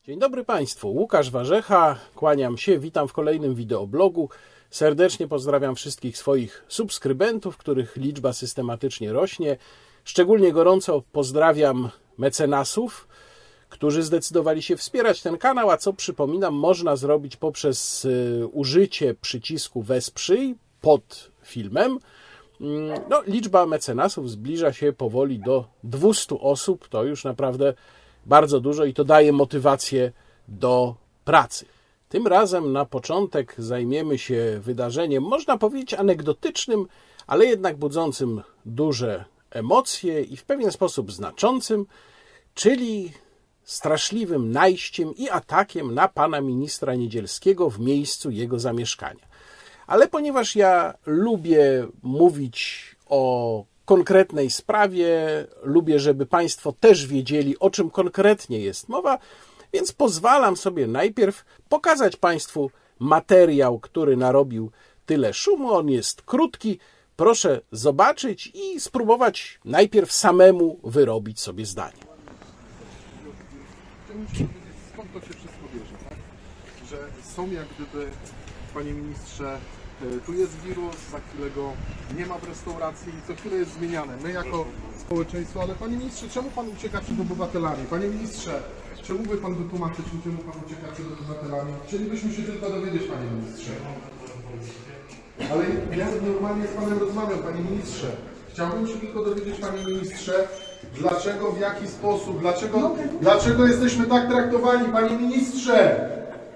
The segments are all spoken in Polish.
Dzień dobry Państwu, Łukasz Warzecha, kłaniam się, witam w kolejnym wideoblogu. Serdecznie pozdrawiam wszystkich swoich subskrybentów, których liczba systematycznie rośnie. Szczególnie gorąco pozdrawiam mecenasów, którzy zdecydowali się wspierać ten kanał, a co przypominam, można zrobić poprzez użycie przycisku Wesprzyj pod filmem. Liczba mecenasów zbliża się powoli do 200 osób, to już naprawdę bardzo dużo i to daje motywację do pracy. Tym razem na początek zajmiemy się wydarzeniem, można powiedzieć anegdotycznym, ale jednak budzącym duże emocje i w pewien sposób znaczącym, czyli straszliwym najściem i atakiem na pana ministra Niedzielskiego w miejscu jego zamieszkania. Ale ponieważ ja lubię mówić o konkretnej sprawie, lubię, żeby Państwo też wiedzieli, o czym konkretnie jest mowa, więc pozwalam sobie najpierw pokazać Państwu materiał, który narobił tyle szumu. On jest krótki, proszę zobaczyć i spróbować najpierw samemu wyrobić sobie zdanie. Chciałbym się dowiedzieć, skąd to się wszystko bierze, tak? Że są jak gdyby, panie ministrze, tu jest wirus, za chwilę go nie ma w restauracji, co chwilę jest zmieniane. My jako społeczeństwo, ale panie ministrze, czemu pan ucieka przed obywatelami? Panie ministrze, czy mógłby pan wytłumaczyć, czemu pan ucieka przed obywatelami? Chcielibyśmy się tylko dowiedzieć, panie ministrze. Ale ja normalnie z panem rozmawiam, panie ministrze. Chciałbym się tylko dowiedzieć, panie ministrze, dlaczego, w jaki sposób, dlaczego jesteśmy tak traktowani, panie ministrze?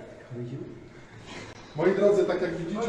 Moi drodzy, tak jak widzicie...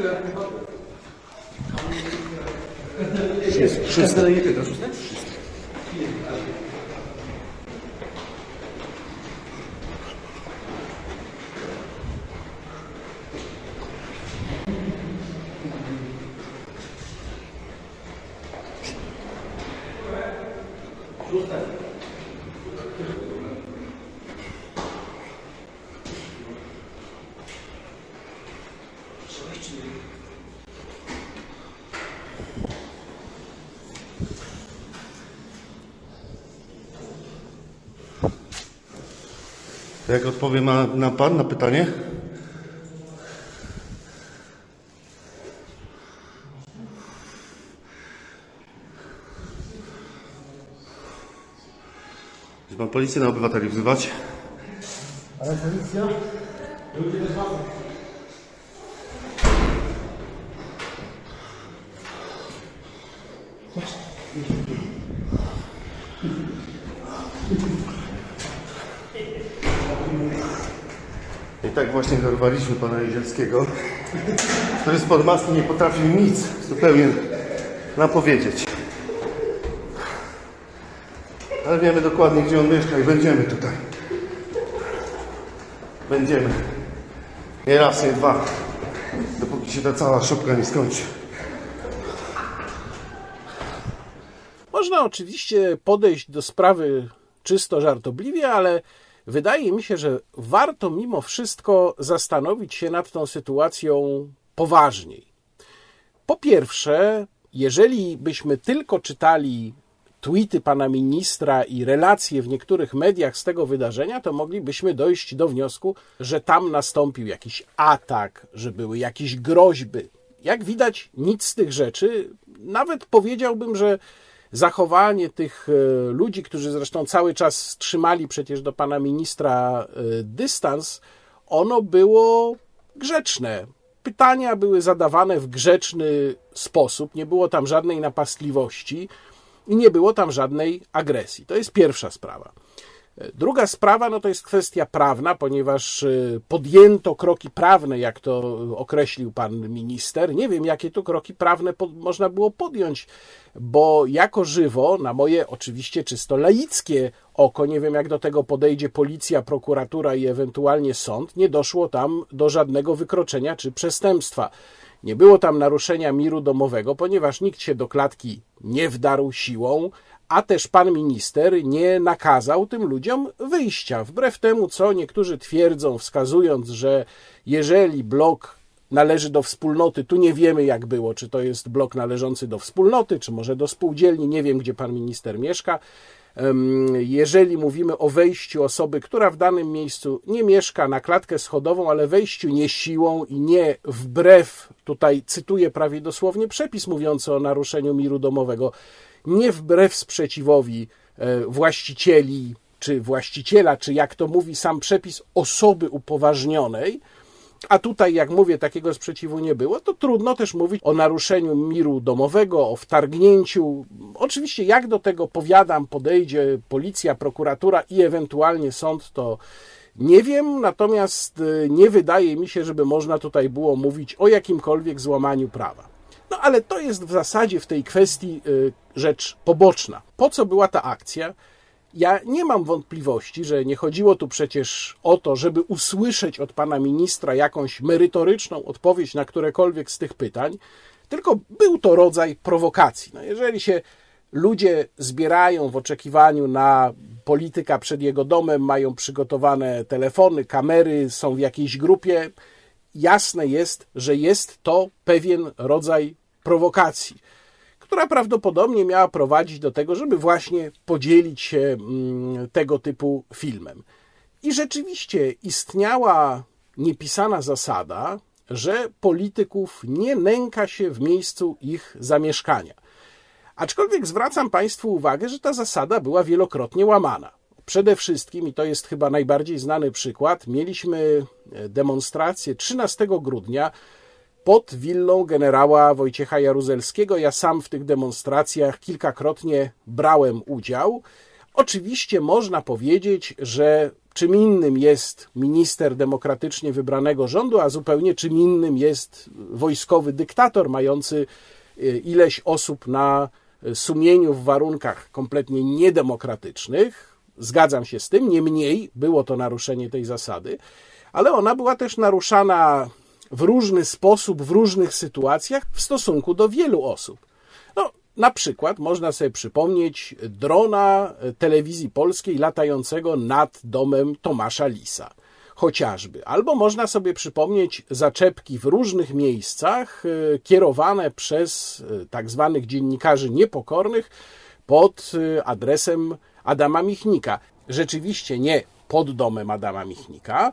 Jak odpowiem na pan na pytanie? Czy pan policję na obywateli wzywać? Ale policja? Ludzie wezwamy. I tak właśnie dorwaliśmy pana Niedzielskiego, który spod maski nie potrafił nic zupełnie nam powiedzieć. Ale wiemy dokładnie, gdzie on mieszka i będziemy tutaj. Będziemy. Nie raz, nie dwa. Dopóki się ta cała szopka nie skończy. Można oczywiście podejść do sprawy czysto żartobliwie, ale wydaje mi się, że warto mimo wszystko zastanowić się nad tą sytuacją poważniej. Po pierwsze, jeżeli byśmy tylko czytali tweety pana ministra i relacje w niektórych mediach z tego wydarzenia, to moglibyśmy dojść do wniosku, że tam nastąpił jakiś atak, że były jakieś groźby. Jak widać, nic z tych rzeczy. Nawet powiedziałbym, że zachowanie tych ludzi, którzy zresztą cały czas trzymali przecież do pana ministra dystans, ono było grzeczne. Pytania były zadawane w grzeczny sposób, nie było tam żadnej napastliwości i nie było tam żadnej agresji. To jest pierwsza sprawa. Druga sprawa to jest kwestia prawna, ponieważ podjęto kroki prawne, jak to określił pan minister. Nie wiem, jakie tu kroki prawne można było podjąć, bo jako żywo, na moje oczywiście czysto laickie oko, nie wiem, jak do tego podejdzie policja, prokuratura i ewentualnie sąd, nie doszło tam do żadnego wykroczenia czy przestępstwa. Nie było tam naruszenia miru domowego, ponieważ nikt się do klatki nie wdarł siłą, a też pan minister nie nakazał tym ludziom wyjścia. Wbrew temu, co niektórzy twierdzą, wskazując, że jeżeli blok należy do wspólnoty. Tu nie wiemy, jak było, czy to jest blok należący do wspólnoty, czy może do spółdzielni. Nie wiem, gdzie pan minister mieszka. Jeżeli mówimy o wejściu osoby, która w danym miejscu nie mieszka, na klatkę schodową, ale wejściu nie siłą i nie wbrew, tutaj cytuję prawie dosłownie przepis mówiący o naruszeniu miru domowego, nie wbrew sprzeciwowi właścicieli, czy właściciela, czy jak to mówi sam przepis, osoby upoważnionej, a tutaj, jak mówię, takiego sprzeciwu nie było, to trudno też mówić o naruszeniu miru domowego, o wtargnięciu. Oczywiście jak do tego, powiadam, podejdzie policja, prokuratura i ewentualnie sąd, to nie wiem, natomiast nie wydaje mi się, żeby można tutaj było mówić o jakimkolwiek złamaniu prawa. No ale to jest w zasadzie w tej kwestii rzecz poboczna. Po co była ta akcja? Ja nie mam wątpliwości, że nie chodziło tu przecież o to, żeby usłyszeć od pana ministra jakąś merytoryczną odpowiedź na którekolwiek z tych pytań, tylko był to rodzaj prowokacji. No jeżeli się ludzie zbierają w oczekiwaniu na polityka przed jego domem, mają przygotowane telefony, kamery, są w jakiejś grupie, jasne jest, że jest to pewien rodzaj prowokacji, która prawdopodobnie miała prowadzić do tego, żeby właśnie podzielić się tego typu filmem. I rzeczywiście istniała niepisana zasada, że polityków nie nęka się w miejscu ich zamieszkania. Aczkolwiek zwracam państwu uwagę, że ta zasada była wielokrotnie łamana. Przede wszystkim, i to jest chyba najbardziej znany przykład, mieliśmy demonstrację 13 grudnia pod willą generała Wojciecha Jaruzelskiego. Ja sam w tych demonstracjach kilkakrotnie brałem udział. Oczywiście można powiedzieć, że czym innym jest minister demokratycznie wybranego rządu, a zupełnie czym innym jest wojskowy dyktator mający ileś osób na sumieniu w warunkach kompletnie niedemokratycznych. Zgadzam się z tym, niemniej było to naruszenie tej zasady, ale ona była też naruszana w różny sposób, w różnych sytuacjach w stosunku do wielu osób. No, na przykład można sobie przypomnieć drona telewizji polskiej latającego nad domem Tomasza Lisa, chociażby. Albo można sobie przypomnieć zaczepki w różnych miejscach kierowane przez tak zwanych dziennikarzy niepokornych pod adresem Adama Michnika. Rzeczywiście nie pod domem Adama Michnika,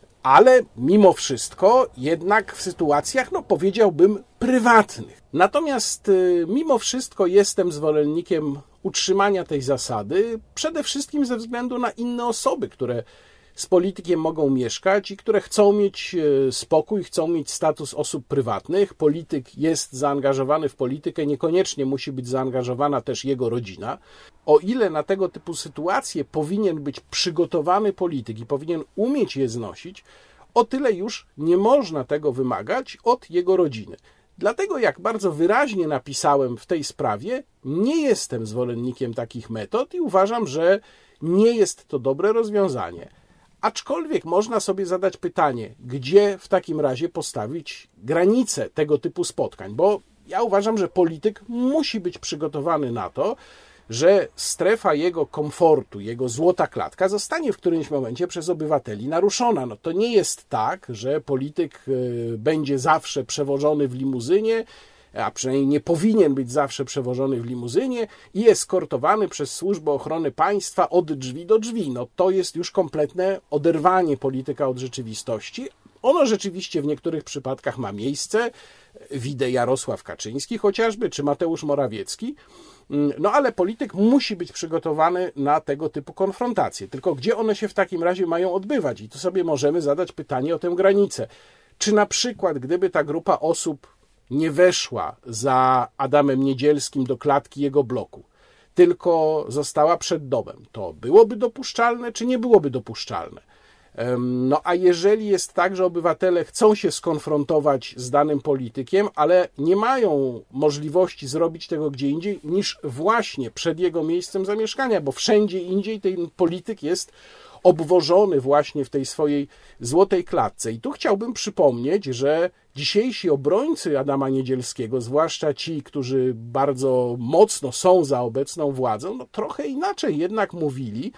ale mimo wszystko jednak w sytuacjach, no powiedziałbym, prywatnych. Natomiast mimo wszystko jestem zwolennikiem utrzymania tej zasady, przede wszystkim ze względu na inne osoby, które z politykiem mogą mieszkać i które chcą mieć spokój, chcą mieć status osób prywatnych. Polityk jest zaangażowany w politykę, niekoniecznie musi być zaangażowana też jego rodzina. O ile na tego typu sytuacje powinien być przygotowany polityk i powinien umieć je znosić, o tyle już nie można tego wymagać od jego rodziny. Dlatego, jak bardzo wyraźnie napisałem w tej sprawie, nie jestem zwolennikiem takich metod i uważam, że nie jest to dobre rozwiązanie. Aczkolwiek można sobie zadać pytanie, gdzie w takim razie postawić granicę tego typu spotkań, bo ja uważam, że polityk musi być przygotowany na to, że strefa jego komfortu, jego złota klatka zostanie w którymś momencie przez obywateli naruszona. No to nie jest tak, że polityk będzie zawsze przewożony w limuzynie, a przynajmniej nie powinien być zawsze przewożony w limuzynie i eskortowany przez Służbę Ochrony Państwa od drzwi do drzwi. No to jest już kompletne oderwanie polityka od rzeczywistości. Ono rzeczywiście w niektórych przypadkach ma miejsce. Widzę Jarosław Kaczyński chociażby, czy Mateusz Morawiecki. No ale polityk musi być przygotowany na tego typu konfrontacje. Tylko gdzie one się w takim razie mają odbywać? I tu sobie możemy zadać pytanie o tę granicę. Czy na przykład, gdyby ta grupa osób nie weszła za Adamem Niedzielskim do klatki jego bloku, tylko została przed domem, to byłoby dopuszczalne, czy nie byłoby dopuszczalne? No a jeżeli jest tak, że obywatele chcą się skonfrontować z danym politykiem, ale nie mają możliwości zrobić tego gdzie indziej niż właśnie przed jego miejscem zamieszkania, bo wszędzie indziej ten polityk jest obwożony właśnie w tej swojej złotej klatce. I tu chciałbym przypomnieć, że dzisiejsi obrońcy Adama Niedzielskiego, zwłaszcza ci, którzy bardzo mocno są za obecną władzą, no trochę inaczej jednak mówili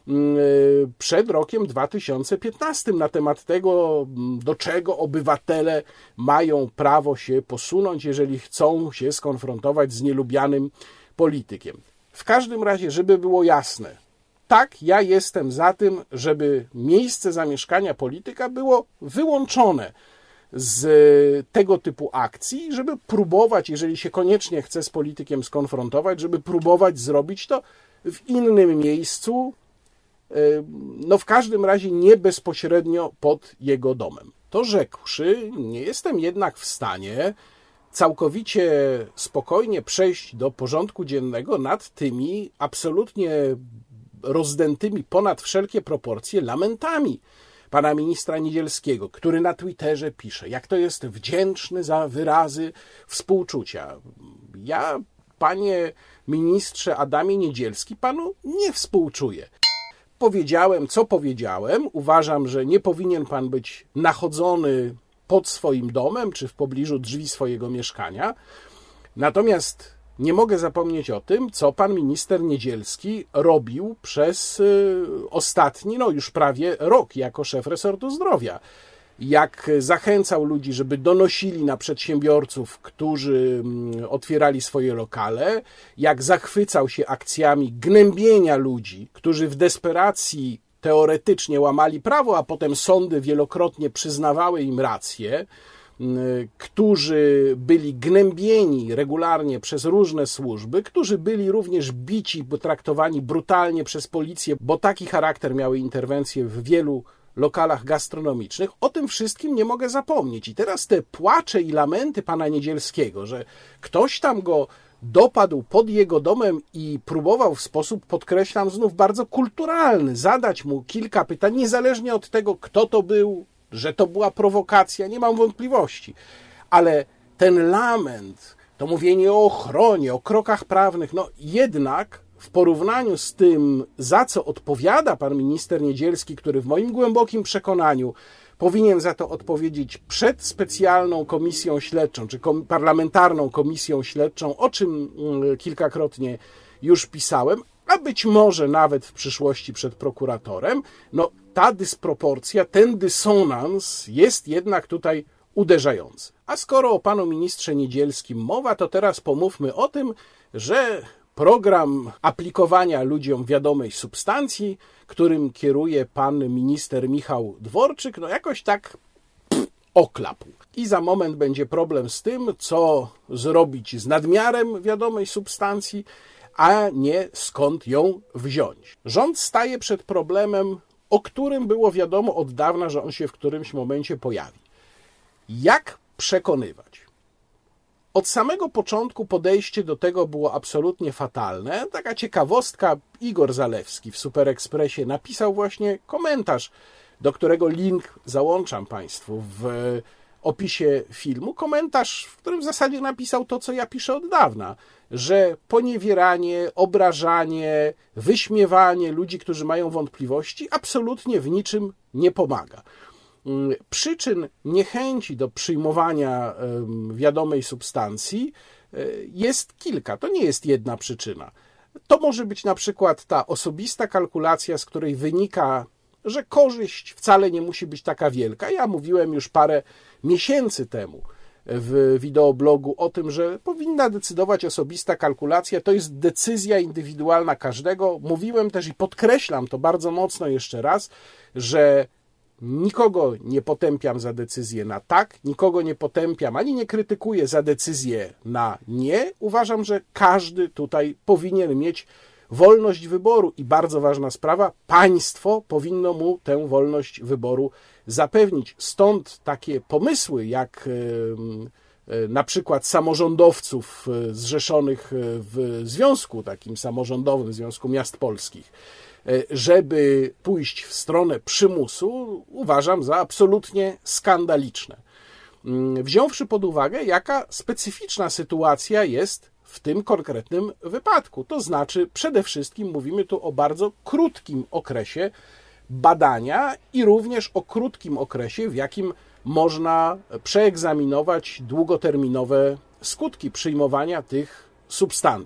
przed rokiem 2015 na temat tego, do czego obywatele mają prawo się posunąć, jeżeli chcą się skonfrontować z nielubianym politykiem. W każdym razie, żeby było jasne, tak, ja jestem za tym, żeby miejsce zamieszkania polityka było wyłączone z tego typu akcji, żeby próbować, jeżeli się koniecznie chce z politykiem skonfrontować, żeby próbować zrobić to w innym miejscu, no w każdym razie nie bezpośrednio pod jego domem. To rzekłszy, nie jestem jednak w stanie całkowicie spokojnie przejść do porządku dziennego nad tymi absolutnie rozdętymi ponad wszelkie proporcje lamentami pana ministra Niedzielskiego, który na Twitterze pisze, jak to jest wdzięczny za wyrazy współczucia. Ja, panie ministrze Adamie Niedzielski, panu nie współczuję. Powiedziałem, co powiedziałem. Uważam, że nie powinien pan być nachodzony pod swoim domem, czy w pobliżu drzwi swojego mieszkania. Natomiast nie mogę zapomnieć o tym, co pan minister Niedzielski robił przez ostatni, no już prawie rok jako szef resortu zdrowia. Jak zachęcał ludzi, żeby donosili na przedsiębiorców, którzy otwierali swoje lokale, jak zachwycał się akcjami gnębienia ludzi, którzy w desperacji teoretycznie łamali prawo, a potem sądy wielokrotnie przyznawały im rację, którzy byli gnębieni regularnie przez różne służby, którzy byli również bici, traktowani brutalnie przez policję, bo taki charakter miały interwencje w wielu lokalach gastronomicznych. O tym wszystkim nie mogę zapomnieć. I teraz te płacze i lamenty pana Niedzielskiego, że ktoś tam go dopadł pod jego domem i próbował w sposób, podkreślam znów, bardzo kulturalny zadać mu kilka pytań, niezależnie od tego, kto to był, że to była prowokacja, nie mam wątpliwości. Ale ten lament, to mówienie o ochronie, o krokach prawnych, no jednak w porównaniu z tym, za co odpowiada pan minister Niedzielski, który w moim głębokim przekonaniu powinien za to odpowiedzieć przed specjalną komisją śledczą, czy parlamentarną komisją śledczą, o czym kilkakrotnie już pisałem, a być może nawet w przyszłości przed prokuratorem, no ta dysproporcja, ten dysonans jest jednak tutaj uderzający. A skoro o panu ministrze Niedzielskim mowa, to teraz pomówmy o tym, że program aplikowania ludziom wiadomej substancji, którym kieruje pan minister Michał Dworczyk, no jakoś tak oklapł. I za moment będzie problem z tym, co zrobić z nadmiarem wiadomej substancji, a nie skąd ją wziąć. Rząd staje przed problemem, o którym było wiadomo od dawna, że on się w którymś momencie pojawi. Jak przekonywać? Od samego początku podejście do tego było absolutnie fatalne. Taka ciekawostka, Igor Zalewski w Super Expressie napisał właśnie komentarz, do którego link załączam państwu w opisie filmu. Komentarz, w którym w zasadzie napisał to, co ja piszę od dawna, że poniewieranie, obrażanie, wyśmiewanie ludzi, którzy mają wątpliwości, absolutnie w niczym nie pomaga. Przyczyn niechęci do przyjmowania wiadomej substancji jest kilka. To nie jest jedna przyczyna. To może być na przykład ta osobista kalkulacja, z której wynika, że korzyść wcale nie musi być taka wielka. Ja mówiłem już parę miesięcy temu w wideoblogu o tym, że powinna decydować osobista kalkulacja. To jest decyzja indywidualna każdego. Mówiłem też i podkreślam to bardzo mocno jeszcze raz, że nikogo nie potępiam za decyzję na tak, nikogo nie potępiam ani nie krytykuję za decyzję na nie. Uważam, że każdy tutaj powinien mieć wolność wyboru i bardzo ważna sprawa, państwo powinno mu tę wolność wyboru zapewnić. Stąd takie pomysły jak na przykład samorządowców zrzeszonych w związku takim samorządowym, Związku Miast Polskich, żeby pójść w stronę przymusu, uważam za absolutnie skandaliczne. Wziąwszy pod uwagę, jaka specyficzna sytuacja jest w tym konkretnym wypadku. To znaczy, przede wszystkim mówimy tu o bardzo krótkim okresie badania i również o krótkim okresie, w jakim można przeegzaminować długoterminowe skutki przyjmowania tych substancji.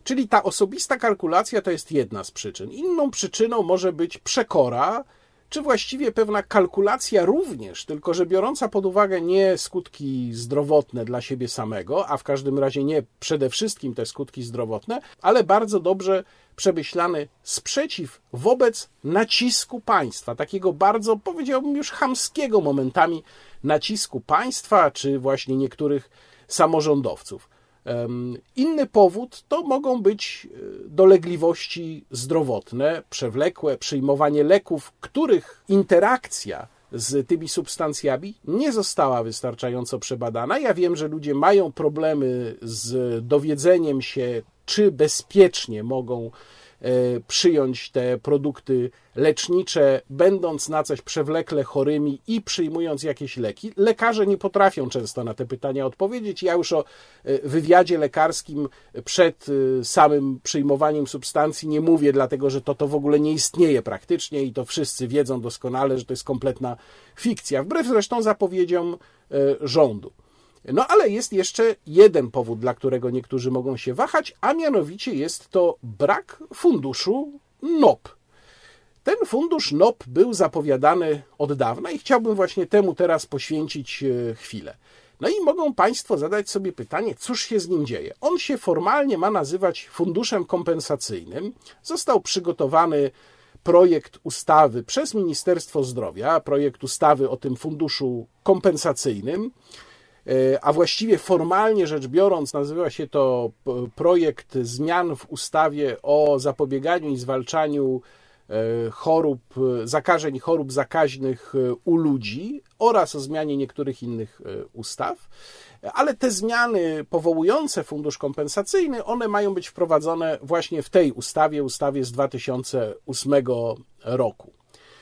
Czyli ta osobista kalkulacja to jest jedna z przyczyn. Inną przyczyną może być przekora, czy właściwie pewna kalkulacja również, tylko że biorąca pod uwagę nie skutki zdrowotne dla siebie samego, a w każdym razie nie przede wszystkim te skutki zdrowotne, ale bardzo dobrze przemyślany sprzeciw wobec nacisku państwa, takiego bardzo, powiedziałbym już chamskiego momentami nacisku państwa, czy właśnie niektórych samorządowców. Inny powód to mogą być dolegliwości zdrowotne, przewlekłe, przyjmowanie leków, których interakcja z tymi substancjami nie została wystarczająco przebadana. Ja wiem, że ludzie mają problemy z dowiedzeniem się, czy bezpiecznie mogą przyjąć te produkty lecznicze, będąc na coś przewlekle chorymi i przyjmując jakieś leki. Lekarze nie potrafią często na te pytania odpowiedzieć. Ja już o wywiadzie lekarskim przed samym przyjmowaniem substancji nie mówię, dlatego że to w ogóle nie istnieje praktycznie i to wszyscy wiedzą doskonale, że to jest kompletna fikcja, wbrew zresztą zapowiedziom rządu. No ale jest jeszcze jeden powód, dla którego niektórzy mogą się wahać, a mianowicie jest to brak funduszu NOP. Ten fundusz NOP był zapowiadany od dawna i chciałbym właśnie temu teraz poświęcić chwilę. No i mogą Państwo zadać sobie pytanie, cóż się z nim dzieje. On się formalnie ma nazywać funduszem kompensacyjnym. Został przygotowany projekt ustawy przez Ministerstwo Zdrowia, projekt ustawy o tym funduszu kompensacyjnym, a właściwie formalnie rzecz biorąc nazywa się to projekt zmian w ustawie o zapobieganiu i zwalczaniu zakażeń i chorób zakaźnych u ludzi oraz o zmianie niektórych innych ustaw, ale te zmiany powołujące fundusz kompensacyjny, one mają być wprowadzone właśnie w tej ustawie z 2008 roku.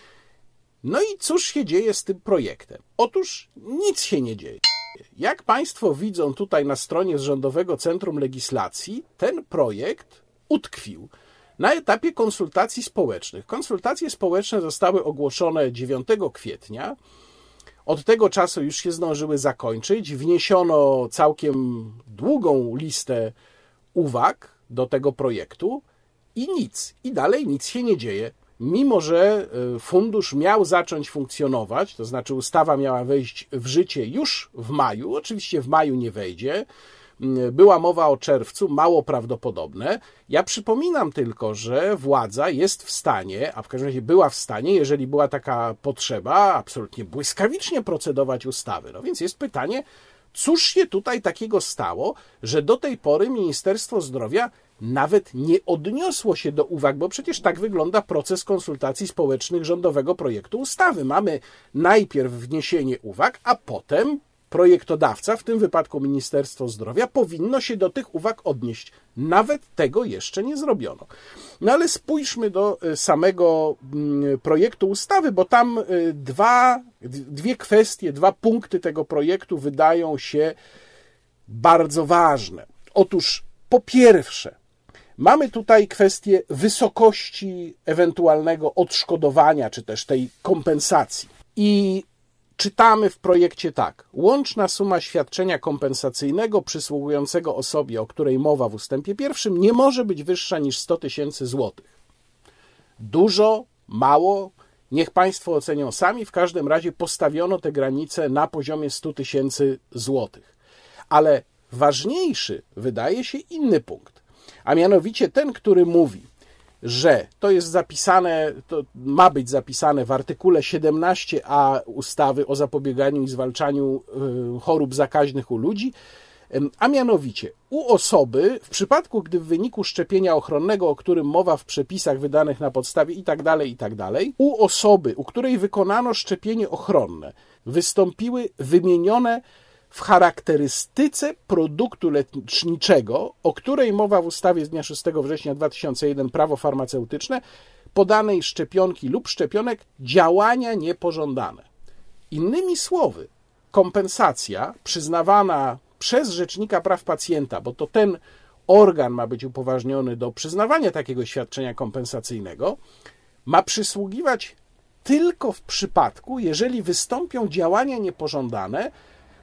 No i cóż się dzieje z tym projektem? Otóż nic się nie dzieje. Jak Państwo widzą tutaj na stronie z Rządowego Centrum Legislacji, ten projekt utkwił na etapie konsultacji społecznych. Konsultacje społeczne zostały ogłoszone 9 kwietnia. Od tego czasu już się zdążyły zakończyć. Wniesiono całkiem długą listę uwag do tego projektu i nic. I dalej nic się nie dzieje. Mimo że fundusz miał zacząć funkcjonować, to znaczy ustawa miała wejść w życie już w maju, oczywiście w maju nie wejdzie, była mowa o czerwcu, mało prawdopodobne. Ja przypominam tylko, że władza jest w stanie, a w każdym razie była w stanie, jeżeli była taka potrzeba, absolutnie błyskawicznie procedować ustawy. No więc jest pytanie, cóż się tutaj takiego stało, że do tej pory Ministerstwo Zdrowia nawet nie odniosło się do uwag, bo przecież tak wygląda proces konsultacji społecznych rządowego projektu ustawy. Mamy najpierw wniesienie uwag, a potem projektodawca, w tym wypadku Ministerstwo Zdrowia, powinno się do tych uwag odnieść. Nawet tego jeszcze nie zrobiono. No ale spójrzmy do samego projektu ustawy, bo tam dwie kwestie, dwa punkty tego projektu wydają się bardzo ważne. Otóż po pierwsze, mamy tutaj kwestię wysokości ewentualnego odszkodowania, czy też tej kompensacji. I czytamy w projekcie tak. Łączna suma świadczenia kompensacyjnego przysługującego osobie, o której mowa w ustępie 1, nie może być wyższa niż 100 000 złotych. Dużo, mało, niech Państwo ocenią sami. W każdym razie postawiono te granice na poziomie 100 000 złotych. Ale ważniejszy wydaje się inny punkt, a mianowicie ten, który mówi, że to jest zapisane, to ma być zapisane w artykule 17a ustawy o zapobieganiu i zwalczaniu chorób zakaźnych u ludzi, a mianowicie u osoby, w przypadku gdy w wyniku szczepienia ochronnego, o którym mowa w przepisach wydanych na podstawie itd., u osoby, u której wykonano szczepienie ochronne, wystąpiły wymienione w charakterystyce produktu leczniczego, o której mowa w ustawie z dnia 6 września 2001 Prawo farmaceutyczne, podanej szczepionki lub szczepionek działania niepożądane. Innymi słowy, kompensacja przyznawana przez Rzecznika Praw Pacjenta, bo to ten organ ma być upoważniony do przyznawania takiego świadczenia kompensacyjnego, ma przysługiwać tylko w przypadku, jeżeli wystąpią działania niepożądane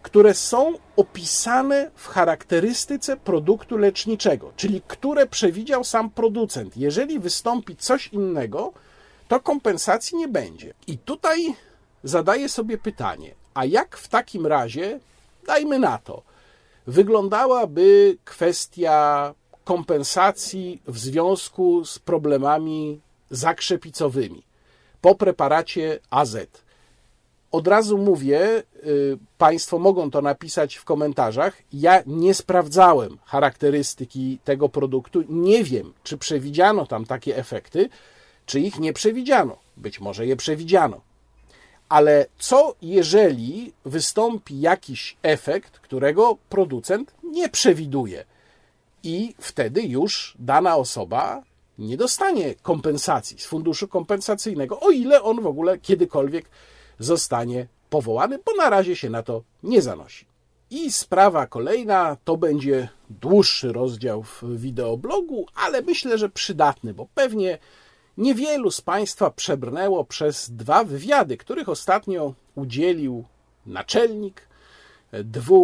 które są opisane w charakterystyce produktu leczniczego, czyli które przewidział sam producent. Jeżeli wystąpi coś innego, to kompensacji nie będzie. I tutaj zadaję sobie pytanie, a jak w takim razie, dajmy na to, wyglądałaby kwestia kompensacji w związku z problemami zakrzepicowymi po preparacie AZ? Od razu mówię, Państwo mogą to napisać w komentarzach, ja nie sprawdzałem charakterystyki tego produktu, nie wiem, czy przewidziano tam takie efekty, czy ich nie przewidziano. Być może je przewidziano. Ale co jeżeli wystąpi jakiś efekt, którego producent nie przewiduje i wtedy już dana osoba nie dostanie kompensacji z funduszu kompensacyjnego, o ile on w ogóle kiedykolwiek zostanie powołany, bo na razie się na to nie zanosi. I sprawa kolejna, to będzie dłuższy rozdział w wideoblogu, ale myślę, że przydatny, bo pewnie niewielu z Państwa przebrnęło przez 2 wywiady, których ostatnio udzielił naczelnik 2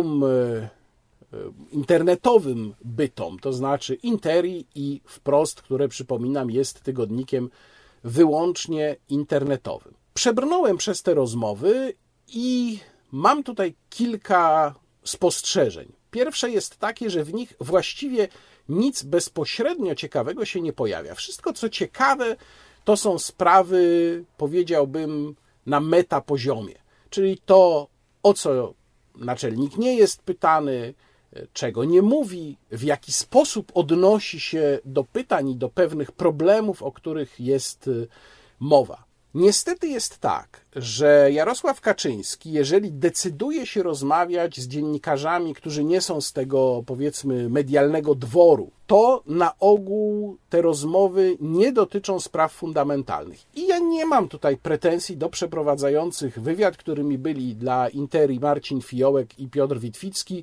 internetowym bytom, to znaczy Interi i Wprost, które, przypominam, jest tygodnikiem wyłącznie internetowym. Przebrnąłem przez te rozmowy i mam tutaj kilka spostrzeżeń. Pierwsze jest takie, że w nich właściwie nic bezpośrednio ciekawego się nie pojawia. Wszystko, co ciekawe, to są sprawy, powiedziałbym, na metapoziomie. Czyli to, o co naczelnik nie jest pytany, czego nie mówi, w jaki sposób odnosi się do pytań i do pewnych problemów, o których jest mowa. Niestety jest tak, że Jarosław Kaczyński, jeżeli decyduje się rozmawiać z dziennikarzami, którzy nie są z tego, powiedzmy, medialnego dworu, to na ogół te rozmowy nie dotyczą spraw fundamentalnych. I ja nie mam tutaj pretensji do przeprowadzających wywiad, którymi byli dla Interi Marcin Fiołek i Piotr Witwicki,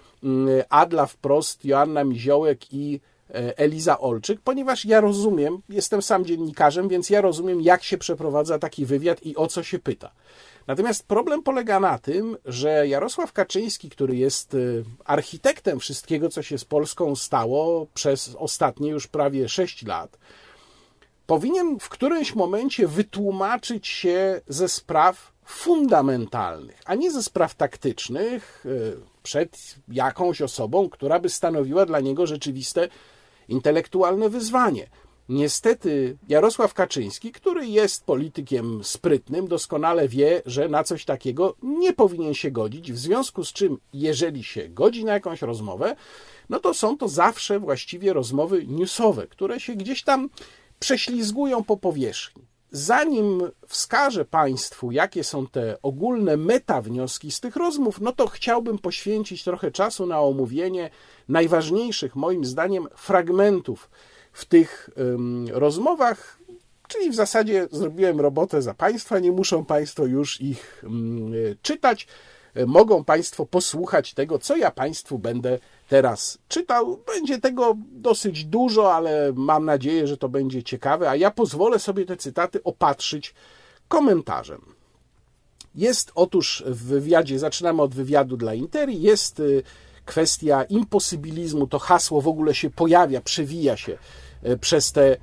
a dla Wprost Joanna Miziołek i Eliza Olczyk, ponieważ ja rozumiem, jestem sam dziennikarzem, więc ja rozumiem, jak się przeprowadza taki wywiad i o co się pyta. Natomiast problem polega na tym, że Jarosław Kaczyński, który jest architektem wszystkiego, co się z Polską stało przez ostatnie już prawie 6 lat, powinien w którymś momencie wytłumaczyć się ze spraw fundamentalnych, a nie ze spraw taktycznych przed jakąś osobą, która by stanowiła dla niego rzeczywiste intelektualne wyzwanie. Niestety Jarosław Kaczyński, który jest politykiem sprytnym, doskonale wie, że na coś takiego nie powinien się godzić, w związku z czym, jeżeli się godzi na jakąś rozmowę, no to są to zawsze właściwie rozmowy newsowe, które się gdzieś tam prześlizgują po powierzchni. Zanim wskażę Państwu, jakie są te ogólne metawnioski z tych rozmów, no to chciałbym poświęcić trochę czasu na omówienie najważniejszych, moim zdaniem, fragmentów w tych rozmowach, czyli w zasadzie zrobiłem robotę za Państwa, nie muszą Państwo już ich czytać. Mogą Państwo posłuchać tego, co ja Państwu będę teraz czytał. Będzie tego dosyć dużo, ale mam nadzieję, że to będzie ciekawe, a ja pozwolę sobie te cytaty opatrzyć komentarzem. Jest otóż w wywiadzie, zaczynamy od wywiadu dla Interi, jest kwestia imposybilizmu, to hasło w ogóle się pojawia, przewija się przez te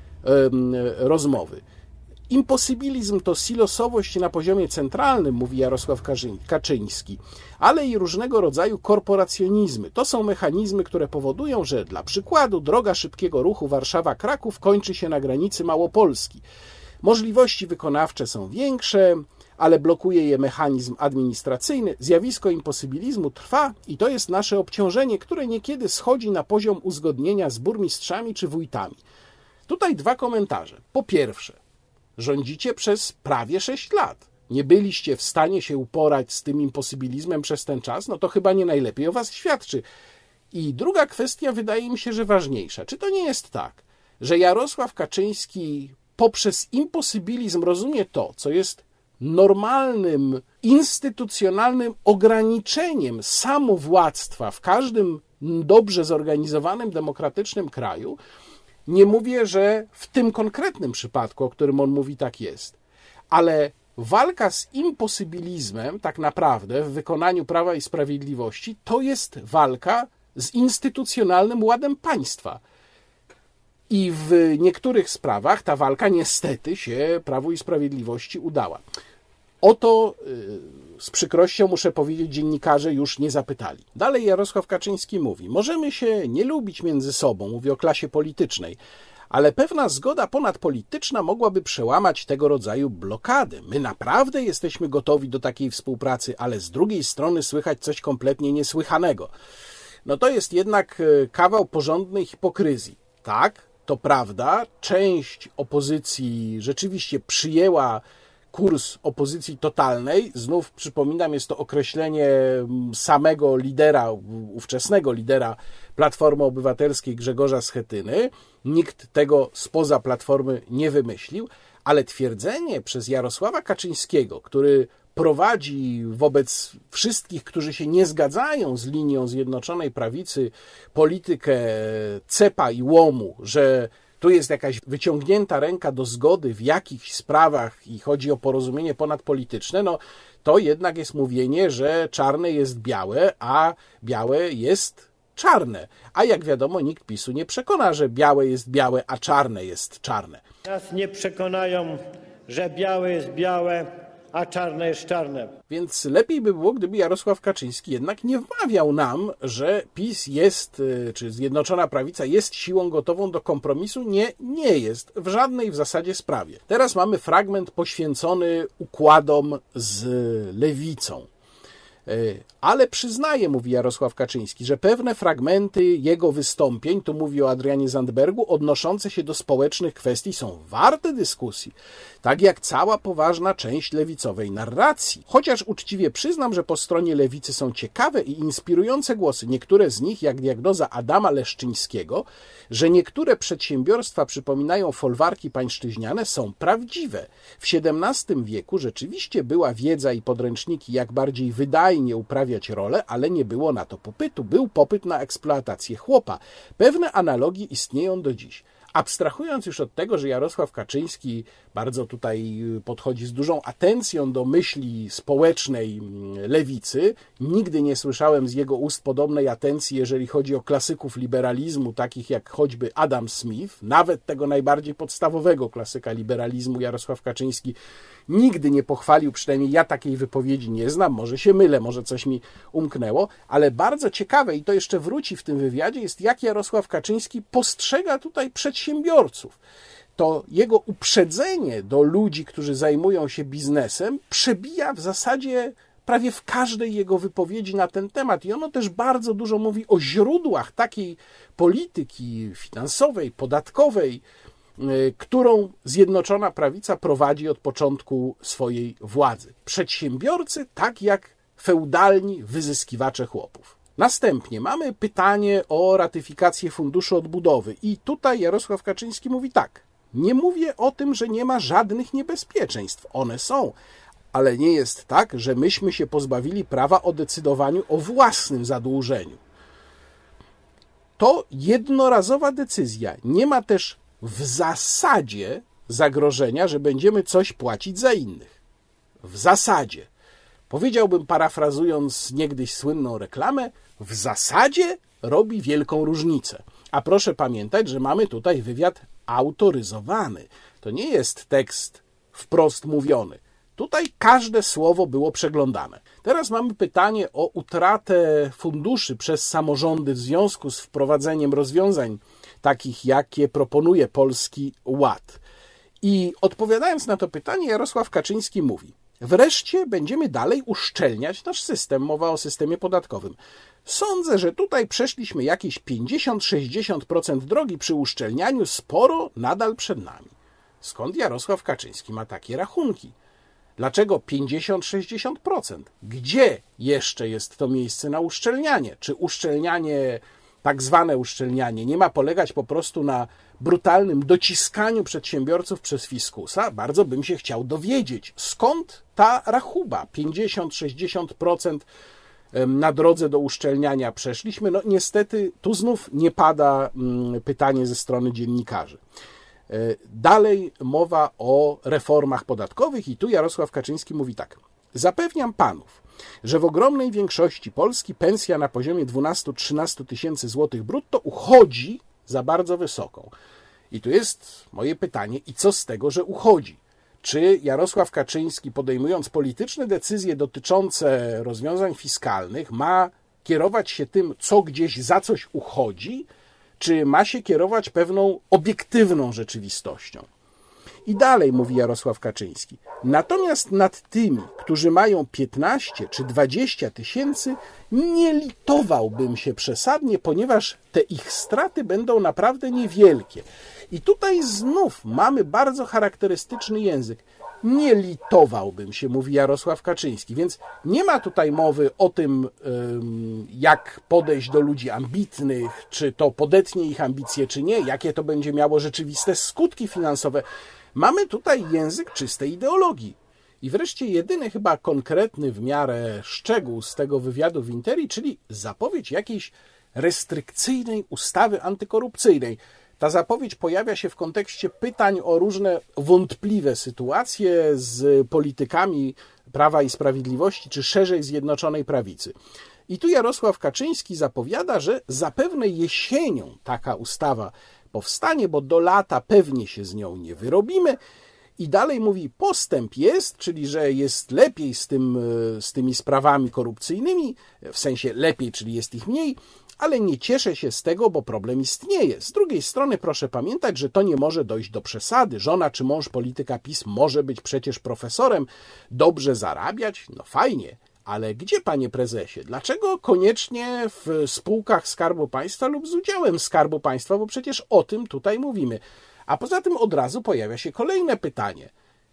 rozmowy. Imposybilizm to silosowość na poziomie centralnym, mówi Jarosław Kaczyński, ale i różnego rodzaju korporacjonizmy. To są mechanizmy, które powodują, że dla przykładu droga szybkiego ruchu Warszawa-Kraków kończy się na granicy Małopolski. Możliwości wykonawcze są większe, ale blokuje je mechanizm administracyjny. Zjawisko imposybilizmu trwa i to jest nasze obciążenie, które niekiedy schodzi na poziom uzgodnienia z burmistrzami czy wójtami. Tutaj 2 komentarze. Po pierwsze, rządzicie przez prawie 6 lat. Nie byliście w stanie się uporać z tym imposybilizmem przez ten czas, no to chyba nie najlepiej o was świadczy. I druga kwestia wydaje mi się, że ważniejsza. Czy to nie jest tak, że Jarosław Kaczyński poprzez imposybilizm rozumie to, co jest normalnym, instytucjonalnym ograniczeniem samowładztwa w każdym dobrze zorganizowanym, demokratycznym kraju? Nie mówię, że w tym konkretnym przypadku, o którym on mówi, tak jest, ale walka z imposybilizmem tak naprawdę w wykonaniu Prawa i Sprawiedliwości to jest walka z instytucjonalnym ładem państwa. I w niektórych sprawach ta walka niestety się Prawu i Sprawiedliwości udała. O to z przykrością muszę powiedzieć, dziennikarze już nie zapytali. Dalej Jarosław Kaczyński mówi: możemy się nie lubić między sobą, mówi o klasie politycznej, ale pewna zgoda ponadpolityczna mogłaby przełamać tego rodzaju blokady. My naprawdę jesteśmy gotowi do takiej współpracy, ale z drugiej strony słychać coś kompletnie niesłychanego. No to jest jednak kawał porządnej hipokryzji. Tak, to prawda, część opozycji rzeczywiście przyjęła kurs opozycji totalnej. Znów przypominam, jest to określenie samego lidera, ówczesnego lidera Platformy Obywatelskiej Grzegorza Schetyny. Nikt tego spoza Platformy nie wymyślił, ale twierdzenie przez Jarosława Kaczyńskiego, który prowadzi wobec wszystkich, którzy się nie zgadzają z linią Zjednoczonej Prawicy, politykę cepa i łomu, że tu jest jakaś wyciągnięta ręka do zgody w jakichś sprawach i chodzi o porozumienie ponadpolityczne, no to jednak jest mówienie, że czarne jest białe, a białe jest czarne. A jak wiadomo, nikt PiS-u nie przekona, że białe jest białe, a czarne jest czarne. Nas nie przekonają, że białe jest białe, a czarne jest czarne. Więc lepiej by było, gdyby Jarosław Kaczyński jednak nie wmawiał nam, że PiS jest, czy Zjednoczona Prawica jest siłą gotową do kompromisu. Nie jest w żadnej w zasadzie sprawie. Teraz mamy fragment poświęcony układom z lewicą. Ale przyznaje, mówi Jarosław Kaczyński, że pewne fragmenty jego wystąpień, tu mówi o Adrianie Zandbergu, odnoszące się do społecznych kwestii są warte dyskusji, tak jak cała poważna część lewicowej narracji. Chociaż uczciwie przyznam, że po stronie lewicy są ciekawe i inspirujące głosy, niektóre z nich, jak diagnoza Adama Leszczyńskiego, że niektóre przedsiębiorstwa przypominają folwarki pańszczyźniane, są prawdziwe. W XVII wieku rzeczywiście była wiedza i podręczniki, jak bardziej wydajnie uprawiać rolę, ale nie było na to popytu. Był popyt na eksploatację chłopa. Pewne analogie istnieją do dziś. Abstrahując już od tego, że Jarosław Kaczyński bardzo tutaj podchodzi z dużą atencją do myśli społecznej lewicy, nigdy nie słyszałem z jego ust podobnej atencji, jeżeli chodzi o klasyków liberalizmu, takich jak choćby Adam Smith, nawet tego najbardziej podstawowego klasyka liberalizmu Jarosław Kaczyński nigdy nie pochwalił, przynajmniej ja takiej wypowiedzi nie znam, może się mylę, może coś mi umknęło, ale bardzo ciekawe, i to jeszcze wróci w tym wywiadzie, jest jak Jarosław Kaczyński postrzega tutaj przedsiębiorców. To jego uprzedzenie do ludzi, którzy zajmują się biznesem, przebija w zasadzie prawie w każdej jego wypowiedzi na ten temat. I ono też bardzo dużo mówi o źródłach takiej polityki finansowej, podatkowej, którą Zjednoczona Prawica prowadzi od początku swojej władzy. Przedsiębiorcy tak jak feudalni wyzyskiwacze chłopów. Następnie mamy pytanie o ratyfikację Funduszu Odbudowy i tutaj Jarosław Kaczyński mówi tak: nie mówię o tym, że nie ma żadnych niebezpieczeństw. One są, ale nie jest tak, że myśmy się pozbawili prawa o decydowaniu o własnym zadłużeniu. To jednorazowa decyzja. Nie ma też w zasadzie zagrożenia, że będziemy coś płacić za innych. W zasadzie. Powiedziałbym, parafrazując niegdyś słynną reklamę, w zasadzie robi wielką różnicę. A proszę pamiętać, że mamy tutaj wywiad autoryzowany. To nie jest tekst wprost mówiony. Tutaj każde słowo było przeglądane. Teraz mamy pytanie o utratę funduszy przez samorządy w związku z wprowadzeniem rozwiązań takich, jakie proponuje Polski Ład. I odpowiadając na to pytanie, Jarosław Kaczyński mówi: wreszcie będziemy dalej uszczelniać nasz system. Mowa o systemie podatkowym. Sądzę, że tutaj przeszliśmy jakieś 50-60% drogi przy uszczelnianiu, sporo nadal przed nami. Skąd Jarosław Kaczyński ma takie rachunki? Dlaczego 50-60%? Gdzie jeszcze jest to miejsce na uszczelnianie? Czy uszczelnianie, tak zwane uszczelnianie, nie ma polegać po prostu na brutalnym dociskaniu przedsiębiorców przez fiskusa? Bardzo bym się chciał dowiedzieć, skąd ta rachuba 50-60% na drodze do uszczelniania przeszliśmy. No niestety tu znów nie pada pytanie ze strony dziennikarzy. Dalej mowa o reformach podatkowych i tu Jarosław Kaczyński mówi tak. Zapewniam panów, że w ogromnej większości Polski pensja na poziomie 12-13 tysięcy złotych brutto uchodzi za bardzo wysoką. I tu jest moje pytanie, i co z tego, że uchodzi? Czy Jarosław Kaczyński, podejmując polityczne decyzje dotyczące rozwiązań fiskalnych, ma kierować się tym, co gdzieś za coś uchodzi, czy ma się kierować pewną obiektywną rzeczywistością? I dalej mówi Jarosław Kaczyński. Natomiast nad tymi, którzy mają 15 czy 20 tysięcy, nie litowałbym się przesadnie, ponieważ te ich straty będą naprawdę niewielkie. I tutaj znów mamy bardzo charakterystyczny język. Nie litowałbym się, mówi Jarosław Kaczyński, więc nie ma tutaj mowy o tym, jak podejść do ludzi ambitnych, czy to podetnie ich ambicje, czy nie, jakie to będzie miało rzeczywiste skutki finansowe. Mamy tutaj język czystej ideologii. I wreszcie jedyny chyba konkretny w miarę szczegół z tego wywiadu w Interi, czyli zapowiedź jakiejś restrykcyjnej ustawy antykorupcyjnej. Ta zapowiedź pojawia się w kontekście pytań o różne wątpliwe sytuacje z politykami Prawa i Sprawiedliwości, czy szerzej Zjednoczonej Prawicy. I tu Jarosław Kaczyński zapowiada, że zapewne jesienią taka ustawa powstanie, bo do lata pewnie się z nią nie wyrobimy. I dalej mówi, postęp jest, czyli że jest lepiej z tymi sprawami korupcyjnymi, w sensie lepiej, czyli jest ich mniej, ale nie cieszę się z tego, bo problem istnieje. Z drugiej strony proszę pamiętać, że to nie może dojść do przesady. Żona czy mąż polityka PiS może być przecież profesorem, dobrze zarabiać, no fajnie. Ale gdzie, panie prezesie? Dlaczego koniecznie w spółkach Skarbu Państwa lub z udziałem Skarbu Państwa? Bo przecież o tym tutaj mówimy. A poza tym od razu pojawia się kolejne pytanie.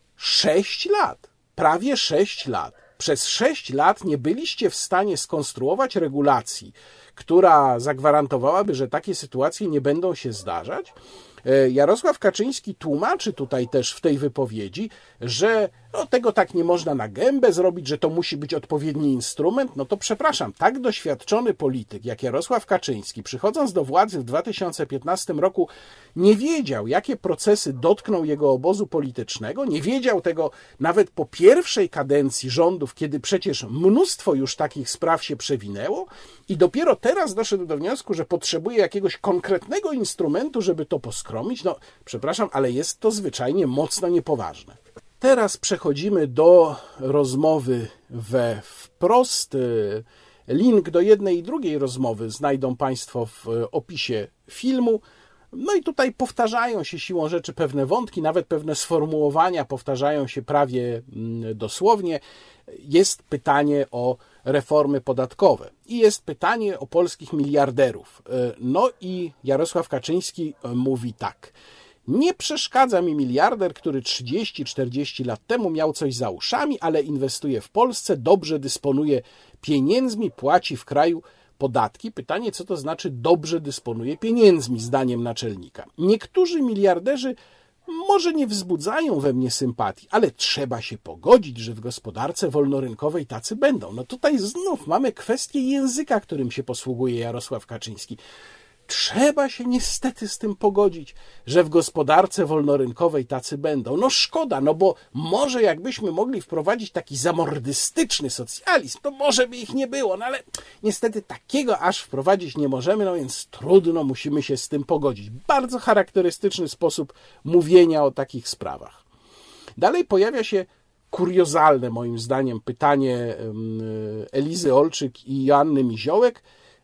6 lat, prawie 6 lat. Przez 6 lat nie byliście w stanie skonstruować regulacji, która zagwarantowałaby, że takie sytuacje nie będą się zdarzać? Jarosław Kaczyński tłumaczy tutaj też w tej wypowiedzi, że tego tak nie można na gębę zrobić, że to musi być odpowiedni instrument. No to przepraszam, tak doświadczony polityk jak Jarosław Kaczyński, przychodząc do władzy w 2015 roku, nie wiedział, jakie procesy dotkną jego obozu politycznego, nie wiedział tego nawet po pierwszej kadencji rządów, kiedy przecież mnóstwo już takich spraw się przewinęło i dopiero teraz doszedł do wniosku, że potrzebuje jakiegoś konkretnego instrumentu, żeby to poskromić. No, przepraszam, ale jest to zwyczajnie mocno niepoważne. Teraz przechodzimy do rozmowy we wprost. Link do jednej i drugiej rozmowy znajdą Państwo w opisie filmu. No i tutaj powtarzają się siłą rzeczy pewne wątki, nawet pewne sformułowania powtarzają się prawie dosłownie. Jest pytanie o reformy podatkowe i jest pytanie o polskich miliarderów. No i Jarosław Kaczyński mówi tak. Nie przeszkadza mi miliarder, który 30-40 lat temu miał coś za uszami, ale inwestuje w Polsce, dobrze dysponuje pieniędzmi, płaci w kraju podatki. Pytanie, co to znaczy dobrze dysponuje pieniędzmi, zdaniem naczelnika. Niektórzy miliarderzy może nie wzbudzają we mnie sympatii, ale trzeba się pogodzić, że w gospodarce wolnorynkowej tacy będą. No tutaj znów mamy kwestię języka, którym się posługuje Jarosław Kaczyński. Trzeba się niestety z tym pogodzić, że w gospodarce wolnorynkowej tacy będą. No szkoda, no bo może jakbyśmy mogli wprowadzić taki zamordystyczny socjalizm, to może by ich nie było, no ale niestety takiego aż wprowadzić nie możemy, no więc trudno, musimy się z tym pogodzić. Bardzo charakterystyczny sposób mówienia o takich sprawach. Dalej pojawia się kuriozalne moim zdaniem pytanie Elizy Olczyk i Joanny Miziołek.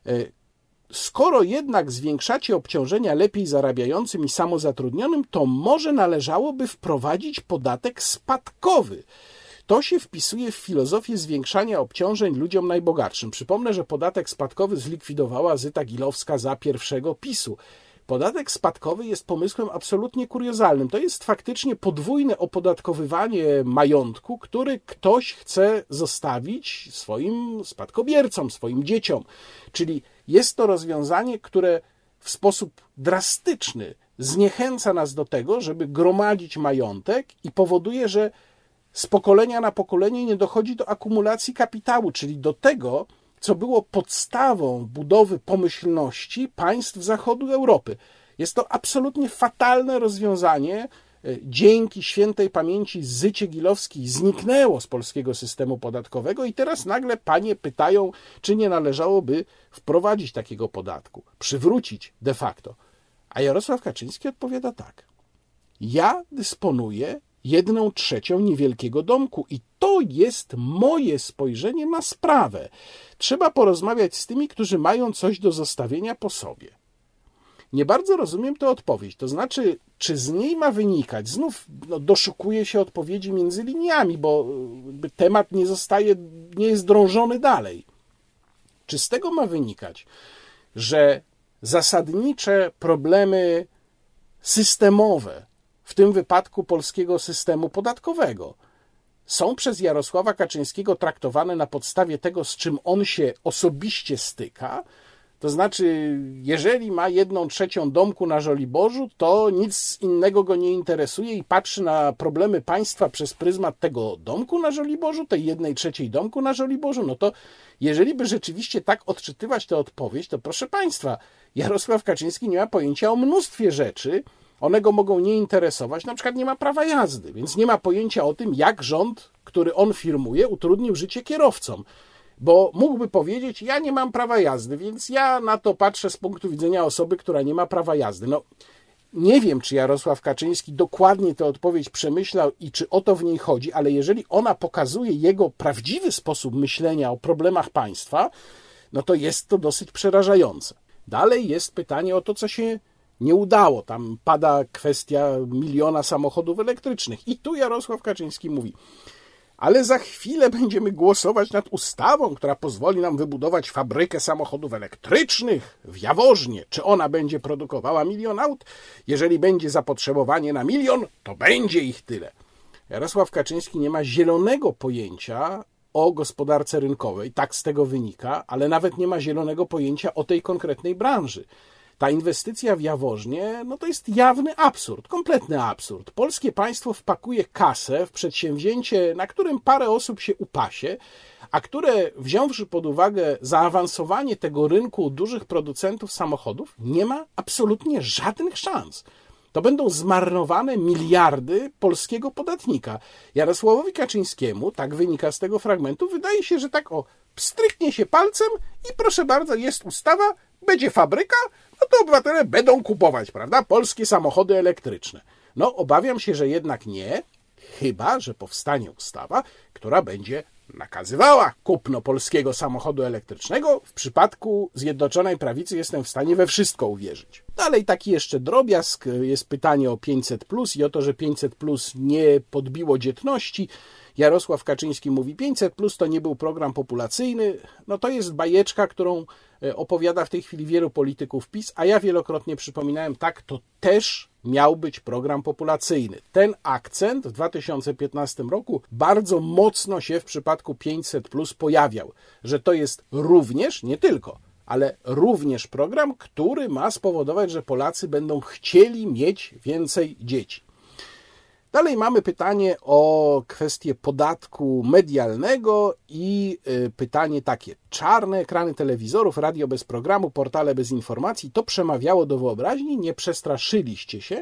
Skoro jednak zwiększacie obciążenia lepiej zarabiającym i samozatrudnionym, to może należałoby wprowadzić podatek spadkowy. To się wpisuje w filozofię zwiększania obciążeń ludziom najbogatszym. Przypomnę, że podatek spadkowy zlikwidowała Zyta Gilowska za pierwszego PiS-u. Podatek spadkowy jest pomysłem absolutnie kuriozalnym. To jest faktycznie podwójne opodatkowywanie majątku, który ktoś chce zostawić swoim spadkobiercom, swoim dzieciom. Czyli jest to rozwiązanie, które w sposób drastyczny zniechęca nas do tego, żeby gromadzić majątek i powoduje, że z pokolenia na pokolenie nie dochodzi do akumulacji kapitału, czyli do tego, co było podstawą budowy pomyślności państw zachodu Europy. Jest to absolutnie fatalne rozwiązanie. Dzięki świętej pamięci Zycie Gilowskiej zniknęło z polskiego systemu podatkowego i teraz nagle panie pytają, czy nie należałoby wprowadzić takiego podatku, przywrócić de facto. A Jarosław Kaczyński odpowiada tak. Ja dysponuję 1/3 niewielkiego domku i to jest moje spojrzenie na sprawę. Trzeba porozmawiać z tymi, którzy mają coś do zostawienia po sobie. Nie bardzo rozumiem tę odpowiedź. To znaczy, czy z niej ma wynikać? Znów doszukuję się odpowiedzi między liniami, bo temat nie jest drążony dalej. Czy z tego ma wynikać, że zasadnicze problemy systemowe, w tym wypadku polskiego systemu podatkowego, są przez Jarosława Kaczyńskiego traktowane na podstawie tego, z czym on się osobiście styka? To znaczy, jeżeli ma 1/3 domku na Żoliborzu, to nic innego go nie interesuje i patrzy na problemy państwa przez pryzmat tego domku na Żoliborzu, tej 1/3 domku na Żoliborzu, no to jeżeli by rzeczywiście tak odczytywać tę odpowiedź, to proszę państwa, Jarosław Kaczyński nie ma pojęcia o mnóstwie rzeczy, one go mogą nie interesować, na przykład nie ma prawa jazdy, więc nie ma pojęcia o tym, jak rząd, który on firmuje, utrudnił życie kierowcom. Bo mógłby powiedzieć, ja nie mam prawa jazdy, więc ja na to patrzę z punktu widzenia osoby, która nie ma prawa jazdy. No, nie wiem, czy Jarosław Kaczyński dokładnie tę odpowiedź przemyślał i czy o to w niej chodzi, ale jeżeli ona pokazuje jego prawdziwy sposób myślenia o problemach państwa, no to jest to dosyć przerażające. Dalej jest pytanie o to, co się nie udało. Tam pada kwestia 1 miliona samochodów elektrycznych. I tu Jarosław Kaczyński mówi, ale za chwilę będziemy głosować nad ustawą, która pozwoli nam wybudować fabrykę samochodów elektrycznych w Jaworznie. Czy ona będzie produkowała 1 milion aut? Jeżeli będzie zapotrzebowanie na 1 milion, to będzie ich tyle. Jarosław Kaczyński nie ma zielonego pojęcia o gospodarce rynkowej, tak z tego wynika, ale nawet nie ma zielonego pojęcia o tej konkretnej branży. Ta inwestycja w Jaworznie, no to jest jawny absurd, kompletny absurd. Polskie państwo wpakuje kasę w przedsięwzięcie, na którym parę osób się upasie, a które, wziąwszy pod uwagę zaawansowanie tego rynku dużych producentów samochodów, nie ma absolutnie żadnych szans. To będą zmarnowane miliardy polskiego podatnika. Jarosławowi Kaczyńskiemu, tak wynika z tego fragmentu, wydaje się, że tak pstryknie się palcem i proszę bardzo, jest ustawa, będzie fabryka, no to obywatele będą kupować, prawda, polskie samochody elektryczne. No, obawiam się, że jednak nie, chyba że powstanie ustawa, która będzie nakazywała kupno polskiego samochodu elektrycznego. W przypadku Zjednoczonej Prawicy jestem w stanie we wszystko uwierzyć. Dalej taki jeszcze drobiazg, jest pytanie o 500+ i o to, że 500+ nie podbiło dzietności. Jarosław Kaczyński mówi, 500+ to nie był program populacyjny. No to jest bajeczka, którą opowiada w tej chwili wielu polityków PiS, a ja wielokrotnie przypominałem, tak, to też miał być program populacyjny. Ten akcent w 2015 roku bardzo mocno się w przypadku 500+ pojawiał, że to jest również, nie tylko, ale również program, który ma spowodować, że Polacy będą chcieli mieć więcej dzieci. Dalej mamy pytanie o kwestię podatku medialnego i pytanie takie. Czarne ekrany telewizorów, radio bez programu, portale bez informacji, to przemawiało do wyobraźni? Nie przestraszyliście się?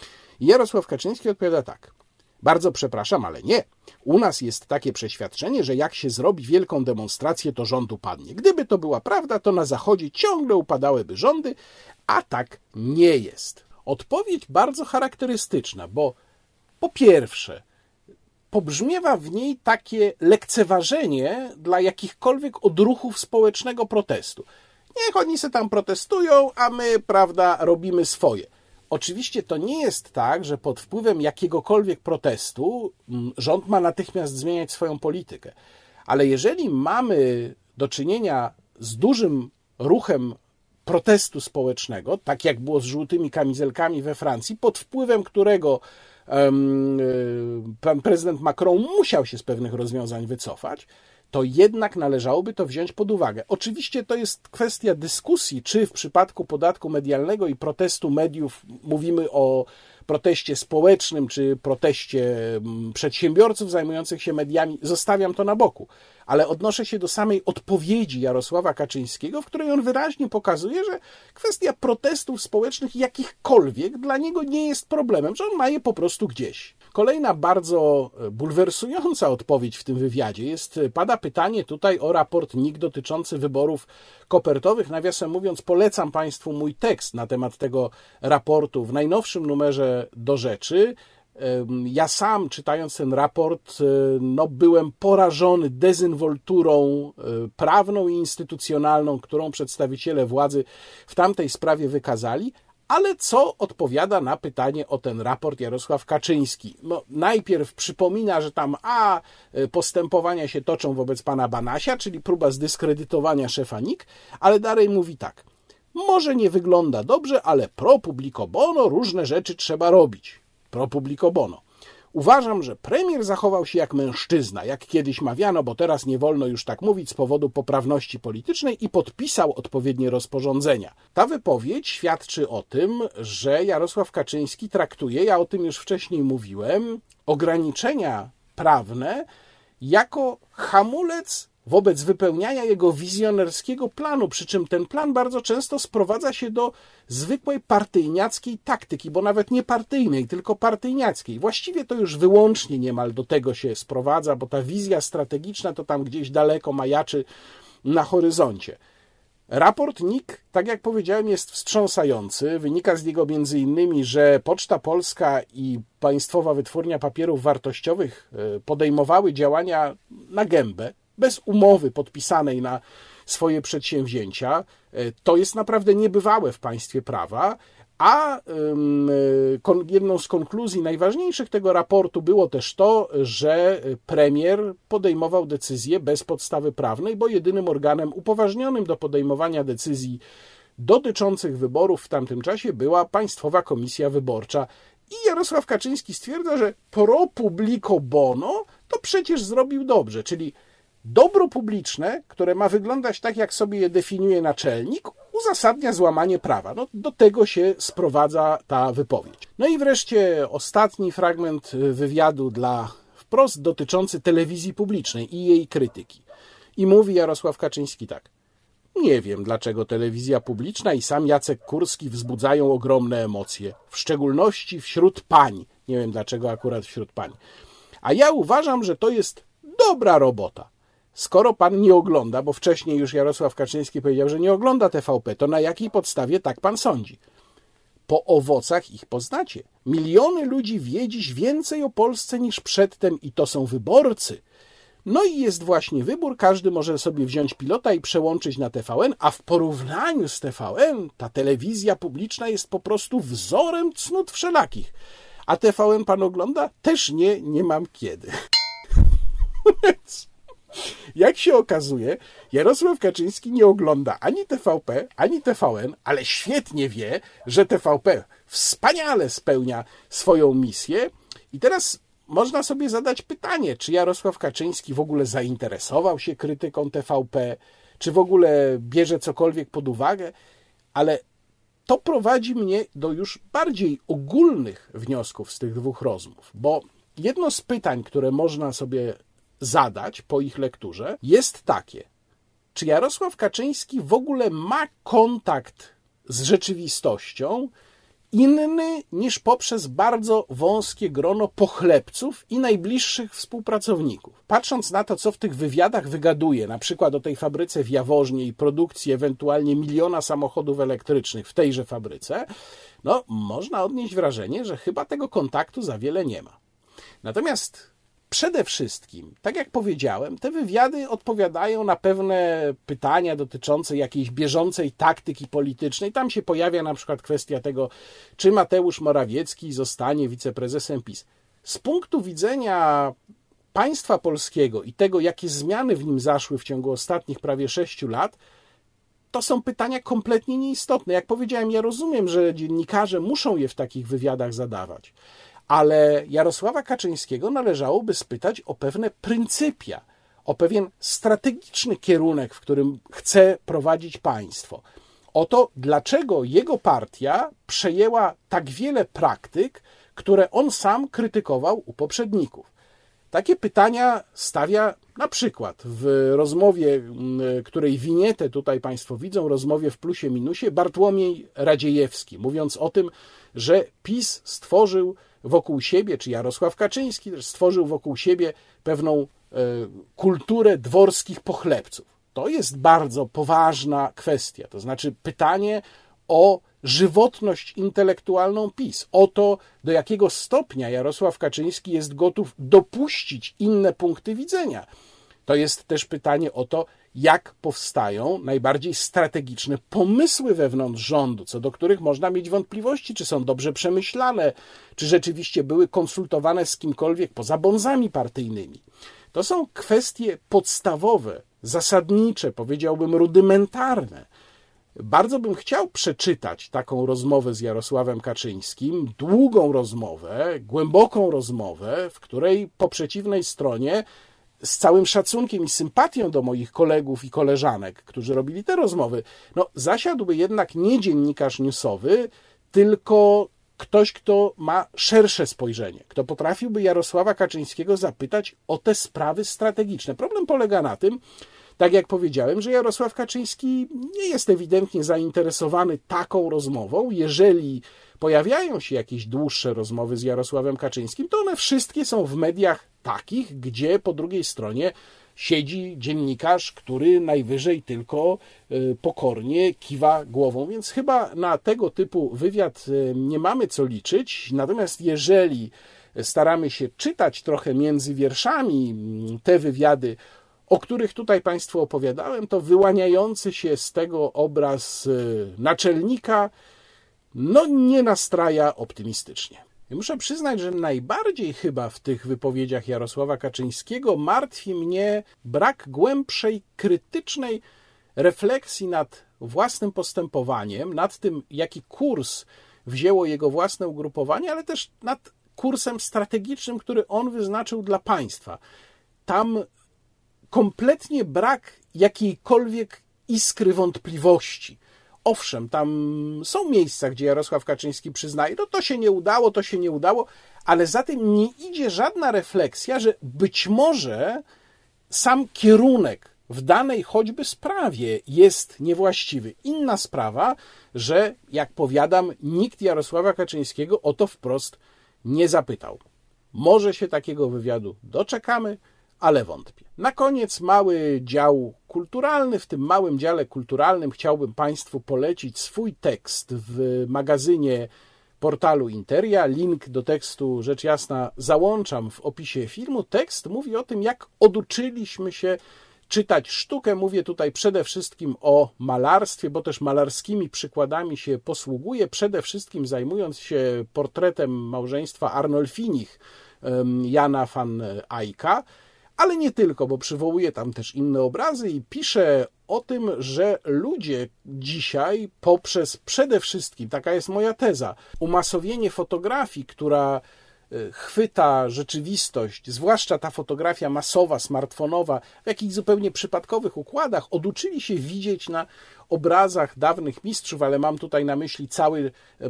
I Jarosław Kaczyński odpowiada tak. Bardzo przepraszam, ale nie. U nas jest takie przeświadczenie, że jak się zrobi wielką demonstrację, to rząd upadnie. Gdyby to była prawda, to na Zachodzie ciągle upadałyby rządy, a tak nie jest. Odpowiedź bardzo charakterystyczna, bo po pierwsze, pobrzmiewa w niej takie lekceważenie dla jakichkolwiek odruchów społecznego protestu. Niech oni se tam protestują, a my, prawda, robimy swoje. Oczywiście to nie jest tak, że pod wpływem jakiegokolwiek protestu rząd ma natychmiast zmieniać swoją politykę. Ale jeżeli mamy do czynienia z dużym ruchem protestu społecznego, tak jak było z żółtymi kamizelkami we Francji, pod wpływem którego pan prezydent Macron musiał się z pewnych rozwiązań wycofać, to jednak należałoby to wziąć pod uwagę. Oczywiście to jest kwestia dyskusji, czy w przypadku podatku medialnego i protestu mediów mówimy o proteście społecznym czy proteście przedsiębiorców zajmujących się mediami, zostawiam to na boku. Ale odnoszę się do samej odpowiedzi Jarosława Kaczyńskiego, w której on wyraźnie pokazuje, że kwestia protestów społecznych jakichkolwiek dla niego nie jest problemem, że on ma je po prostu gdzieś. Kolejna bardzo bulwersująca odpowiedź w tym wywiadzie pada pytanie tutaj o raport NIK dotyczący wyborów kopertowych. Nawiasem mówiąc, polecam Państwu mój tekst na temat tego raportu w najnowszym numerze Do Rzeczy. Ja sam, czytając ten raport, byłem porażony dezynwolturą prawną i instytucjonalną, którą przedstawiciele władzy w tamtej sprawie wykazali. Ale co odpowiada na pytanie o ten raport Jarosław Kaczyński? Najpierw przypomina, że tam postępowania się toczą wobec pana Banasia, czyli próba zdyskredytowania szefa NIK, ale dalej mówi tak. Może nie wygląda dobrze, ale pro publico bono różne rzeczy trzeba robić. Pro publico bono. Uważam, że premier zachował się jak mężczyzna, jak kiedyś mawiano, bo teraz nie wolno już tak mówić z powodu poprawności politycznej i podpisał odpowiednie rozporządzenia. Ta wypowiedź świadczy o tym, że Jarosław Kaczyński traktuje, ja o tym już wcześniej mówiłem, ograniczenia prawne jako hamulec wobec wypełniania jego wizjonerskiego planu, przy czym ten plan bardzo często sprowadza się do zwykłej partyjniackiej taktyki, bo nawet nie partyjnej, tylko partyjniackiej. Właściwie to już wyłącznie niemal do tego się sprowadza, bo ta wizja strategiczna to tam gdzieś daleko majaczy na horyzoncie. Raport NIK, tak jak powiedziałem, jest wstrząsający. Wynika z niego m.in., że Poczta Polska i Państwowa Wytwórnia Papierów Wartościowych podejmowały działania na gębę, bez umowy podpisanej na swoje przedsięwzięcia. To jest naprawdę niebywałe w państwie prawa, a jedną z konkluzji najważniejszych tego raportu było też to, że premier podejmował decyzje bez podstawy prawnej, bo jedynym organem upoważnionym do podejmowania decyzji dotyczących wyborów w tamtym czasie była Państwowa Komisja Wyborcza. I Jarosław Kaczyński stwierdza, że pro publico bono to przecież zrobił dobrze, czyli dobro publiczne, które ma wyglądać tak, jak sobie je definiuje naczelnik, uzasadnia złamanie prawa. Do tego się sprowadza ta wypowiedź. I wreszcie ostatni fragment wywiadu dla Wprost dotyczący telewizji publicznej i jej krytyki. I mówi Jarosław Kaczyński tak. Nie wiem, dlaczego telewizja publiczna i sam Jacek Kurski wzbudzają ogromne emocje, w szczególności wśród pań. Nie wiem, dlaczego akurat wśród pań. A ja uważam, że to jest dobra robota. Skoro pan nie ogląda, bo wcześniej już Jarosław Kaczyński powiedział, że nie ogląda TVP, to na jakiej podstawie tak pan sądzi? Po owocach ich poznacie. Miliony ludzi wie dziś więcej o Polsce niż przedtem i to są wyborcy. I jest właśnie wybór, każdy może sobie wziąć pilota i przełączyć na TVN, a w porównaniu z TVN ta telewizja publiczna jest po prostu wzorem cnót wszelakich. A TVN pan ogląda? Też nie mam kiedy. Jak się okazuje, Jarosław Kaczyński nie ogląda ani TVP, ani TVN, ale świetnie wie, że TVP wspaniale spełnia swoją misję. I teraz można sobie zadać pytanie, czy Jarosław Kaczyński w ogóle zainteresował się krytyką TVP, czy w ogóle bierze cokolwiek pod uwagę, ale to prowadzi mnie do już bardziej ogólnych wniosków z tych dwóch rozmów, bo jedno z pytań, które można sobie zadać po ich lekturze, jest takie. Czy Jarosław Kaczyński w ogóle ma kontakt z rzeczywistością inny niż poprzez bardzo wąskie grono pochlebców i najbliższych współpracowników? Patrząc na to, co w tych wywiadach wygaduje, na przykład o tej fabryce w Jaworznie i produkcji ewentualnie 1 miliona samochodów elektrycznych w tejże fabryce, można odnieść wrażenie, że chyba tego kontaktu za wiele nie ma. Natomiast przede wszystkim, tak jak powiedziałem, te wywiady odpowiadają na pewne pytania dotyczące jakiejś bieżącej taktyki politycznej. Tam się pojawia na przykład kwestia tego, czy Mateusz Morawiecki zostanie wiceprezesem PiS. Z punktu widzenia państwa polskiego i tego, jakie zmiany w nim zaszły w ciągu ostatnich prawie 6 lat, to są pytania kompletnie nieistotne. Jak powiedziałem, ja rozumiem, że dziennikarze muszą je w takich wywiadach zadawać. Ale Jarosława Kaczyńskiego należałoby spytać o pewne pryncypia, o pewien strategiczny kierunek, w którym chce prowadzić państwo, o to, dlaczego jego partia przejęła tak wiele praktyk, które on sam krytykował u poprzedników. Takie pytania stawia na przykład w rozmowie, której winietę tutaj Państwo widzą, rozmowie w Plusie Minusie, Bartłomiej Radziejewski, mówiąc o tym, że PiS stworzył wokół siebie, czy Jarosław Kaczyński też stworzył wokół siebie pewną kulturę dworskich pochlebców. To jest bardzo poważna kwestia, to znaczy pytanie o żywotność intelektualną PiS, o to, do jakiego stopnia Jarosław Kaczyński jest gotów dopuścić inne punkty widzenia. To jest też pytanie o to, jak powstają najbardziej strategiczne pomysły wewnątrz rządu, co do których można mieć wątpliwości, czy są dobrze przemyślane, czy rzeczywiście były konsultowane z kimkolwiek poza bonzami partyjnymi. To są kwestie podstawowe, zasadnicze, powiedziałbym rudymentarne. Bardzo bym chciał przeczytać taką rozmowę z Jarosławem Kaczyńskim, długą rozmowę, głęboką rozmowę, w której po przeciwnej stronie, z całym szacunkiem i sympatią do moich kolegów i koleżanek, którzy robili te rozmowy, zasiadłby jednak nie dziennikarz newsowy, tylko ktoś, kto ma szersze spojrzenie, kto potrafiłby Jarosława Kaczyńskiego zapytać o te sprawy strategiczne. Problem polega na tym, tak jak powiedziałem, że Jarosław Kaczyński nie jest ewidentnie zainteresowany taką rozmową. Jeżeli pojawiają się jakieś dłuższe rozmowy z Jarosławem Kaczyńskim, to one wszystkie są w mediach takich, gdzie po drugiej stronie siedzi dziennikarz, który najwyżej tylko pokornie kiwa głową, więc chyba na tego typu wywiad nie mamy co liczyć. Natomiast jeżeli staramy się czytać trochę między wierszami te wywiady, o których tutaj Państwu opowiadałem, to wyłaniający się z tego obraz naczelnika nie nastraja optymistycznie. Ja muszę przyznać, że najbardziej chyba w tych wypowiedziach Jarosława Kaczyńskiego martwi mnie brak głębszej, krytycznej refleksji nad własnym postępowaniem, nad tym, jaki kurs wzięło jego własne ugrupowanie, ale też nad kursem strategicznym, który on wyznaczył dla państwa. Tam kompletnie brak jakiejkolwiek iskry wątpliwości. Owszem, tam są miejsca, gdzie Jarosław Kaczyński przyznaje, to się nie udało, ale za tym nie idzie żadna refleksja, że być może sam kierunek w danej choćby sprawie jest niewłaściwy. Inna sprawa, że, jak powiadam, nikt Jarosława Kaczyńskiego o to wprost nie zapytał. Może się takiego wywiadu doczekamy, ale wątpię. Na koniec mały dział kulturalny. W tym małym dziale kulturalnym chciałbym Państwu polecić swój tekst w magazynie portalu Interia. Link do tekstu, rzecz jasna, załączam w opisie filmu. Tekst mówi o tym, jak oduczyliśmy się czytać sztukę. Mówię tutaj przede wszystkim o malarstwie, bo też malarskimi przykładami się posługuję. Przede wszystkim zajmując się portretem małżeństwa Arnolfinich Jana van Eycka. Ale nie tylko, bo przywołuje tam też inne obrazy i pisze o tym, że ludzie dzisiaj poprzez przede wszystkim, taka jest moja teza, umasowienie fotografii, która chwyta rzeczywistość, zwłaszcza ta fotografia masowa, smartfonowa, w jakichś zupełnie przypadkowych układach, oduczyli się widzieć na obrazach dawnych mistrzów, ale mam tutaj na myśli cały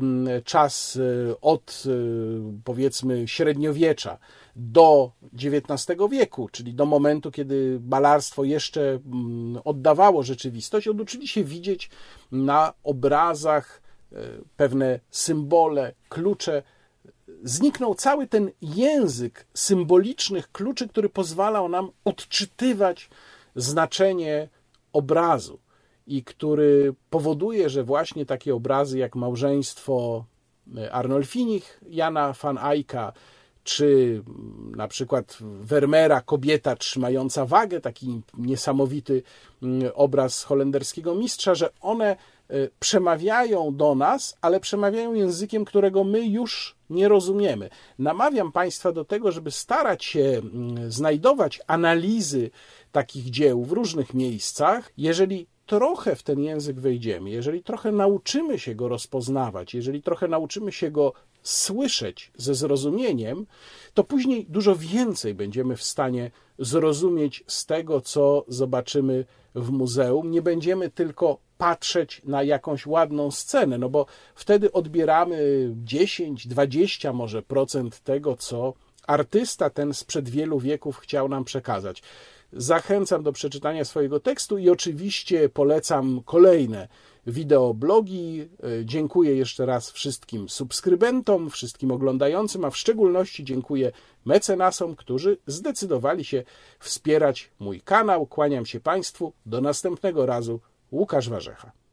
czas od, powiedzmy, średniowiecza do XIX wieku, czyli do momentu, kiedy malarstwo jeszcze oddawało rzeczywistość, oduczyli się widzieć na obrazach pewne symbole, klucze. Zniknął cały ten język symbolicznych kluczy, który pozwalał nam odczytywać znaczenie obrazu i który powoduje, że właśnie takie obrazy jak małżeństwo Arnolfinich Jana van Eycka, czy na przykład Vermeera, kobieta trzymająca wagę, taki niesamowity obraz holenderskiego mistrza, że one przemawiają do nas, ale przemawiają językiem, którego my już nie rozumiemy. Namawiam Państwa do tego, żeby starać się znajdować analizy takich dzieł w różnych miejscach. Jeżeli trochę w ten język wejdziemy, jeżeli trochę nauczymy się go rozpoznawać, jeżeli trochę nauczymy się go słyszeć ze zrozumieniem, to później dużo więcej będziemy w stanie zrozumieć z tego, co zobaczymy w muzeum. Nie będziemy tylko patrzeć na jakąś ładną scenę, no bo wtedy odbieramy 10, 20 może procent tego, co artysta ten sprzed wielu wieków chciał nam przekazać. Zachęcam do przeczytania swojego tekstu i oczywiście polecam kolejne wideoblogi. Dziękuję jeszcze raz wszystkim subskrybentom, wszystkim oglądającym, a w szczególności dziękuję mecenasom, którzy zdecydowali się wspierać mój kanał. Kłaniam się Państwu. Do następnego razu. Łukasz Warzecha.